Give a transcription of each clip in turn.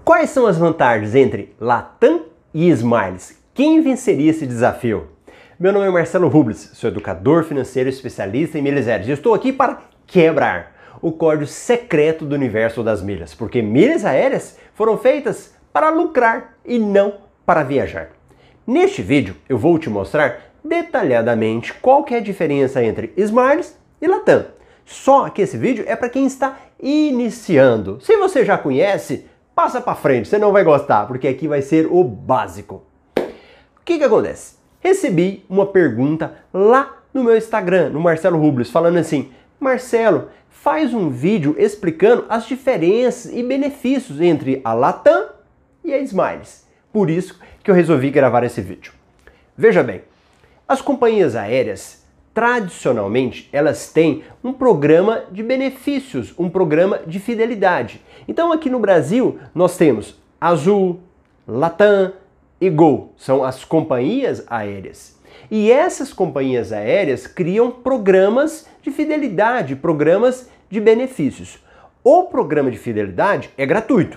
Quais são as vantagens entre Latam e Smiles? Quem venceria esse desafio? Meu nome é Marcelo Rubles, sou educador financeiro especialista em milhas aéreas e estou aqui para quebrar o código secreto do universo das milhas, porque milhas aéreas foram feitas para lucrar e não para viajar. Neste vídeo eu vou te mostrar detalhadamente qual que é a diferença entre Smiles e Latam. Só que esse vídeo é para quem está iniciando. Se você já conhece, passa para frente, você não vai gostar, porque aqui vai ser o básico. O que acontece? Recebi uma pergunta lá no meu Instagram, no Marcelo Rubles, falando assim: Marcelo, faz um vídeo explicando as diferenças e benefícios entre a Latam e a Smiles. Por isso que eu resolvi gravar esse vídeo. Veja bem, as companhias aéreas, tradicionalmente, elas têm um programa de benefícios, um programa de fidelidade. Então aqui no Brasil nós temos Azul, Latam e Gol, são as companhias aéreas. E essas companhias aéreas criam programas de fidelidade, programas de benefícios. O programa de fidelidade é gratuito.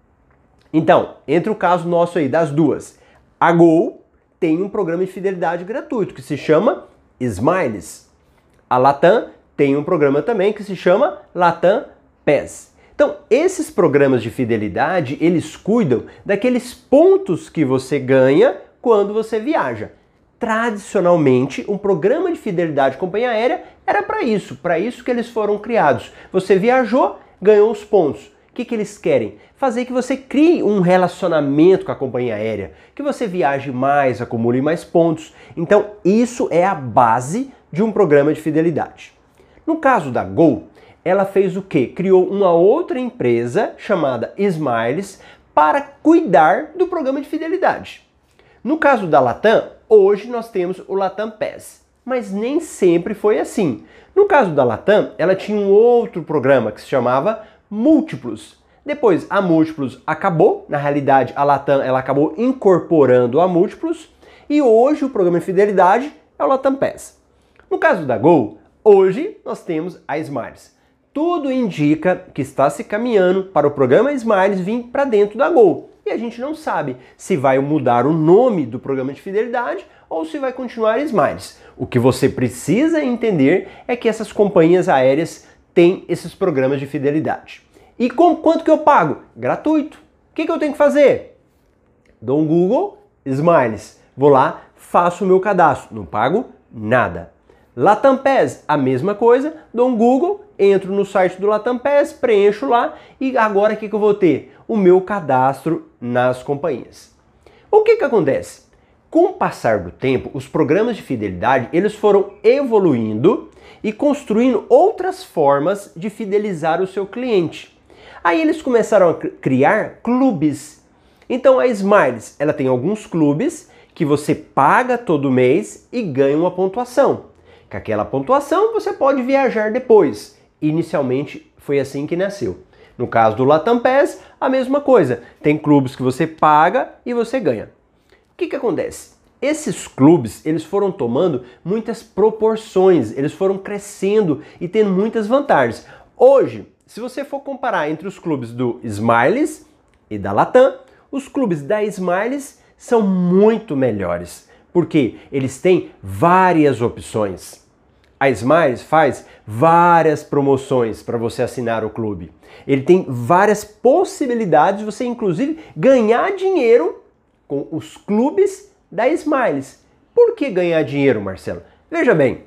Então, entre o caso nosso aí das duas, a Gol tem um programa de fidelidade gratuito que se chama Smiles. A Latam tem um programa também que se chama Latam Pass. Então, esses programas de fidelidade, eles cuidam daqueles pontos que você ganha quando você viaja. Tradicionalmente, um programa de fidelidade de companhia aérea era para isso que eles foram criados. Você viajou, ganhou os pontos. O que eles querem? Fazer que você crie um relacionamento com a companhia aérea, que você viaje mais, acumule mais pontos. Então, isso é a base de um programa de fidelidade. No caso da Gol, ela fez o quê? Criou uma outra empresa chamada Smiles para cuidar do programa de fidelidade. No caso da Latam, hoje nós temos o Latam Pass, mas nem sempre foi assim. No caso da Latam, ela tinha um outro programa que se chamava Múltiplos. Depois a Múltiplos acabou, na realidade a Latam ela acabou incorporando a Múltiplos e hoje o programa de fidelidade é o Latam Pass. No caso da Gol, hoje nós temos a Smiles. Tudo indica que está se caminhando para o programa Smiles vir para dentro da Gol. E a gente não sabe se vai mudar o nome do programa de fidelidade ou se vai continuar Smiles. O que você precisa entender é que essas companhias aéreas têm esses programas de fidelidade. E quanto que eu pago? Gratuito. O que eu tenho que fazer? Dou um Google, Smiles. Vou lá, faço o meu cadastro. Não pago nada. Latam Pass, a mesma coisa. Dou um Google, entro no site do Latam Pass, preencho lá e agora o que eu vou ter? O meu cadastro nas companhias. O que acontece? Com o passar do tempo, os programas de fidelidade eles foram evoluindo e construindo outras formas de fidelizar o seu cliente. Aí eles começaram a criar clubes. Então a Smiles, ela tem alguns clubes que você paga todo mês e ganha uma pontuação. Com aquela pontuação você pode viajar depois. Inicialmente foi assim que nasceu. No caso do Latam Pass, a mesma coisa. Tem clubes que você paga e você ganha. O que acontece? Esses clubes, eles foram tomando muitas proporções, eles foram crescendo e tendo muitas vantagens. Hoje, se você for comparar entre os clubes do Smiles e da Latam, os clubes da Smiles são muito melhores, porque eles têm várias opções. A Smiles faz várias promoções para você assinar o clube. Ele tem várias possibilidades de você, inclusive, ganhar dinheiro com os clubes da Smiles. Por que ganhar dinheiro, Marcelo? Veja bem,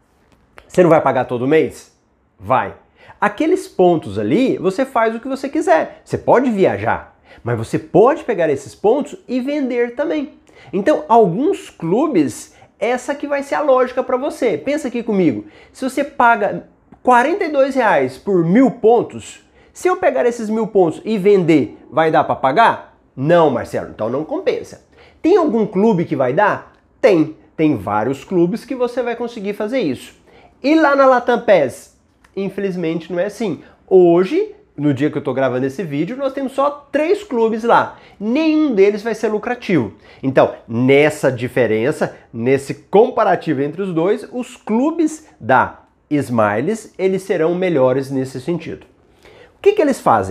você não vai pagar todo mês? Vai. Aqueles pontos ali, você faz o que você quiser. Você pode viajar, mas você pode pegar esses pontos e vender também. Então, alguns clubes, essa que vai ser a lógica para você. Pensa aqui comigo. Se você paga R$42 por 1000 pontos, se eu pegar esses 1000 pontos e vender, vai dar para pagar? Não, Marcelo, então não compensa. Tem algum clube que vai dar? Tem. Tem vários clubes que você vai conseguir fazer isso. E lá na Latam Pass? Infelizmente não é assim. Hoje, no dia que eu estou gravando esse vídeo, nós temos só 3 clubes lá. Nenhum deles vai ser lucrativo. Então, nessa diferença, nesse comparativo entre os dois, os clubes da Smiles, eles serão melhores nesse sentido. O que eles fazem?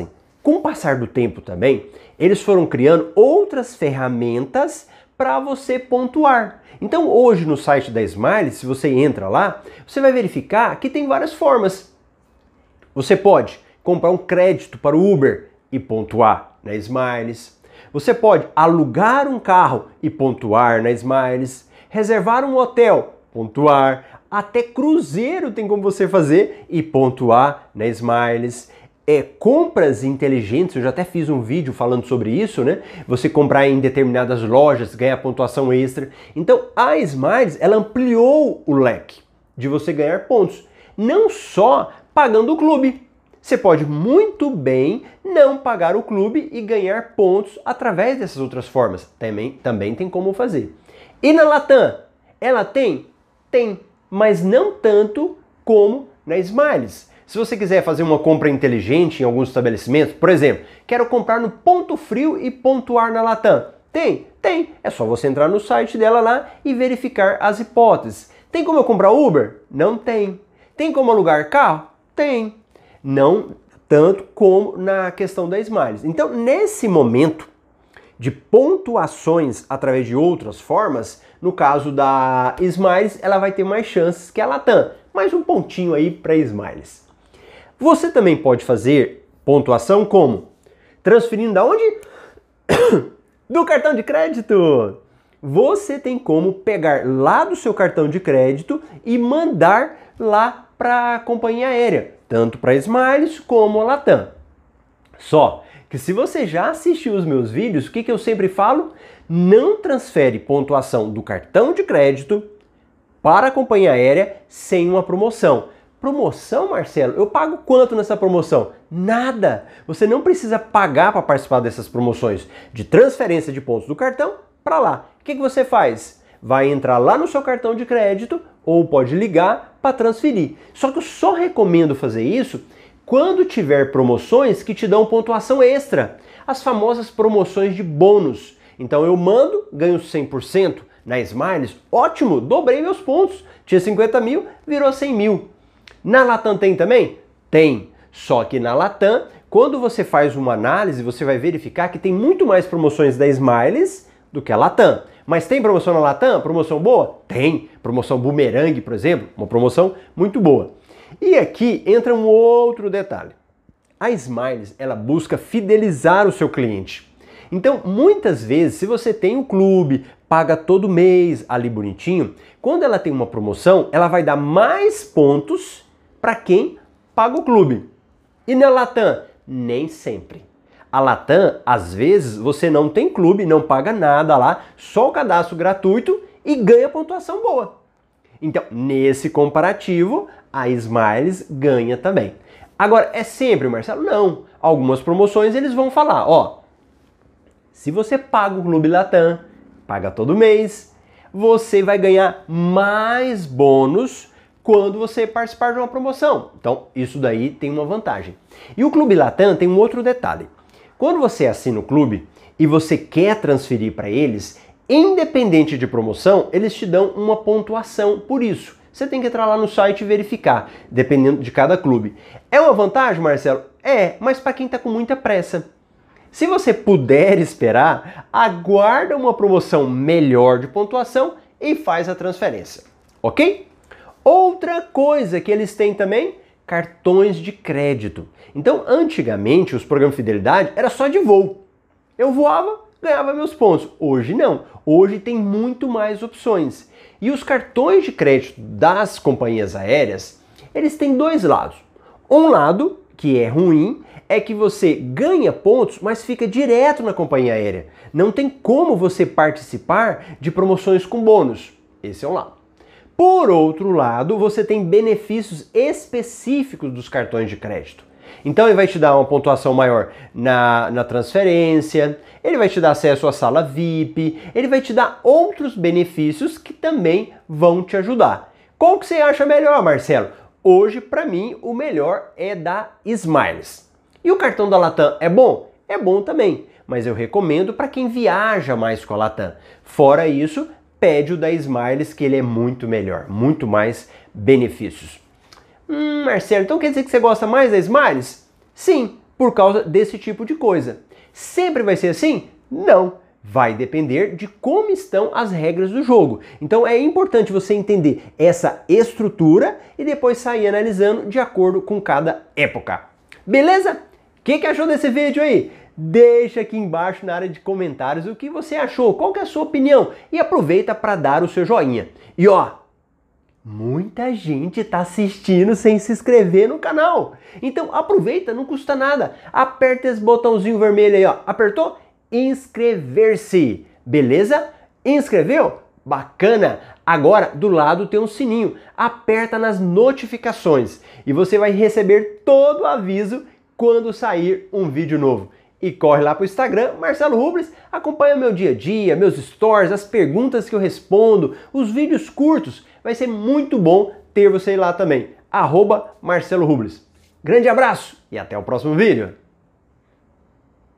Com o passar do tempo também, eles foram criando outras ferramentas para você pontuar. Então hoje no site da Smiles, se você entra lá, você vai verificar que tem várias formas. Você pode comprar um crédito para o Uber e pontuar na Smiles. Você pode alugar um carro e pontuar na Smiles. Reservar um hotel, pontuar. Até cruzeiro tem como você fazer e pontuar na Smiles. Compras inteligentes, eu já até fiz um vídeo falando sobre isso, né? Você comprar em determinadas lojas, ganhar pontuação extra. Então a Smiles, ela ampliou o leque de você ganhar pontos. Não só pagando o clube. Você pode muito bem não pagar o clube e ganhar pontos através dessas outras formas. Também tem como fazer. E na Latam? Ela tem? Tem, mas não tanto como na Smiles. Se você quiser fazer uma compra inteligente em alguns estabelecimentos, por exemplo, quero comprar no Ponto Frio e pontuar na Latam. Tem? Tem. É só você entrar no site dela lá e verificar as hipóteses. Tem como eu comprar Uber? Não tem. Tem como alugar carro? Tem. Não tanto como na questão da Smiles. Então, nesse momento de pontuações através de outras formas, no caso da Smiles, ela vai ter mais chances que a Latam. Mais um pontinho aí para Smiles. Você também pode fazer pontuação como? Transferindo da onde? Do cartão de crédito! Você tem como pegar lá do seu cartão de crédito e mandar lá para a companhia aérea, tanto para a Smiles como a Latam. Só que se você já assistiu os meus vídeos, o que eu sempre falo? Não transfere pontuação do cartão de crédito para a companhia aérea sem uma promoção. Promoção, Marcelo? Eu pago quanto nessa promoção? Nada! Você não precisa pagar para participar dessas promoções de transferência de pontos do cartão para lá. O que você faz? Vai entrar lá no seu cartão de crédito ou pode ligar para transferir. Só que eu só recomendo fazer isso quando tiver promoções que te dão pontuação extra. As famosas promoções de bônus. Então eu mando, ganho 100%. Na Smiles, ótimo, dobrei meus pontos. Tinha 50 mil, virou 100 mil. Na Latam tem também? Tem. Só que na Latam, quando você faz uma análise, você vai verificar que tem muito mais promoções da Smiles do que a Latam. Mas tem promoção na Latam? Promoção boa? Tem. Promoção Boomerang, por exemplo, uma promoção muito boa. E aqui entra um outro detalhe. A Smiles, ela busca fidelizar o seu cliente. Então, muitas vezes, se você tem um clube, paga todo mês ali bonitinho, quando ela tem uma promoção, ela vai dar mais pontos para quem paga o clube. E na Latam? Nem sempre. A Latam, às vezes, você não tem clube, não paga nada lá, só o cadastro gratuito e ganha pontuação boa. Então, nesse comparativo, a Smiles ganha também. Agora, é sempre, Marcelo? Não. Algumas promoções eles vão falar, ó, se você paga o Clube Latam, paga todo mês, você vai ganhar mais bônus quando você participar de uma promoção. Então, isso daí tem uma vantagem. E o Clube Latam tem um outro detalhe. Quando você assina o clube e você quer transferir para eles, independente de promoção, eles te dão uma pontuação por isso. Você tem que entrar lá no site e verificar, dependendo de cada clube. É uma vantagem, Marcelo? É, mas para quem está com muita pressa. Se você puder esperar, aguarda uma promoção melhor de pontuação e faz a transferência, ok? Outra coisa que eles têm também, cartões de crédito. Então, antigamente, os programas de fidelidade era só de voo. Eu voava, ganhava meus pontos. Hoje não. Hoje tem muito mais opções. E os cartões de crédito das companhias aéreas, eles têm dois lados. Um lado, que é ruim, é que você ganha pontos, mas fica direto na companhia aérea. Não tem como você participar de promoções com bônus. Esse é um lado. Por outro lado, você tem benefícios específicos dos cartões de crédito. Então ele vai te dar uma pontuação maior na transferência, ele vai te dar acesso à sala VIP, ele vai te dar outros benefícios que também vão te ajudar. Qual que você acha melhor, Marcelo? Hoje, para mim, o melhor é da Smiles. E o cartão da Latam é bom? É bom também, mas eu recomendo para quem viaja mais com a Latam. Fora isso, pede o da Smiles, que ele é muito melhor, muito mais benefícios. Marcelo, então quer dizer que você gosta mais da Smiles? Sim, por causa desse tipo de coisa. Sempre vai ser assim? Não. Vai depender de como estão as regras do jogo. Então é importante você entender essa estrutura e depois sair analisando de acordo com cada época. Beleza? O que achou desse vídeo aí? Deixa aqui embaixo na área de comentários o que você achou, qual que é a sua opinião e aproveita para dar o seu joinha. E ó, muita gente está assistindo sem se inscrever no canal. Então aproveita, não custa nada. Aperta esse botãozinho vermelho aí, ó. Apertou? Inscrever-se. Beleza? Inscreveu? Bacana! Agora do lado tem um sininho. Aperta nas notificações e você vai receber todo o aviso quando sair um vídeo novo. E corre lá para o Instagram, Marcelo Rubles, acompanha meu dia a dia, meus stories, as perguntas que eu respondo, os vídeos curtos. Vai ser muito bom ter você lá também. @Marcelo Rubles. Grande abraço e até o próximo vídeo.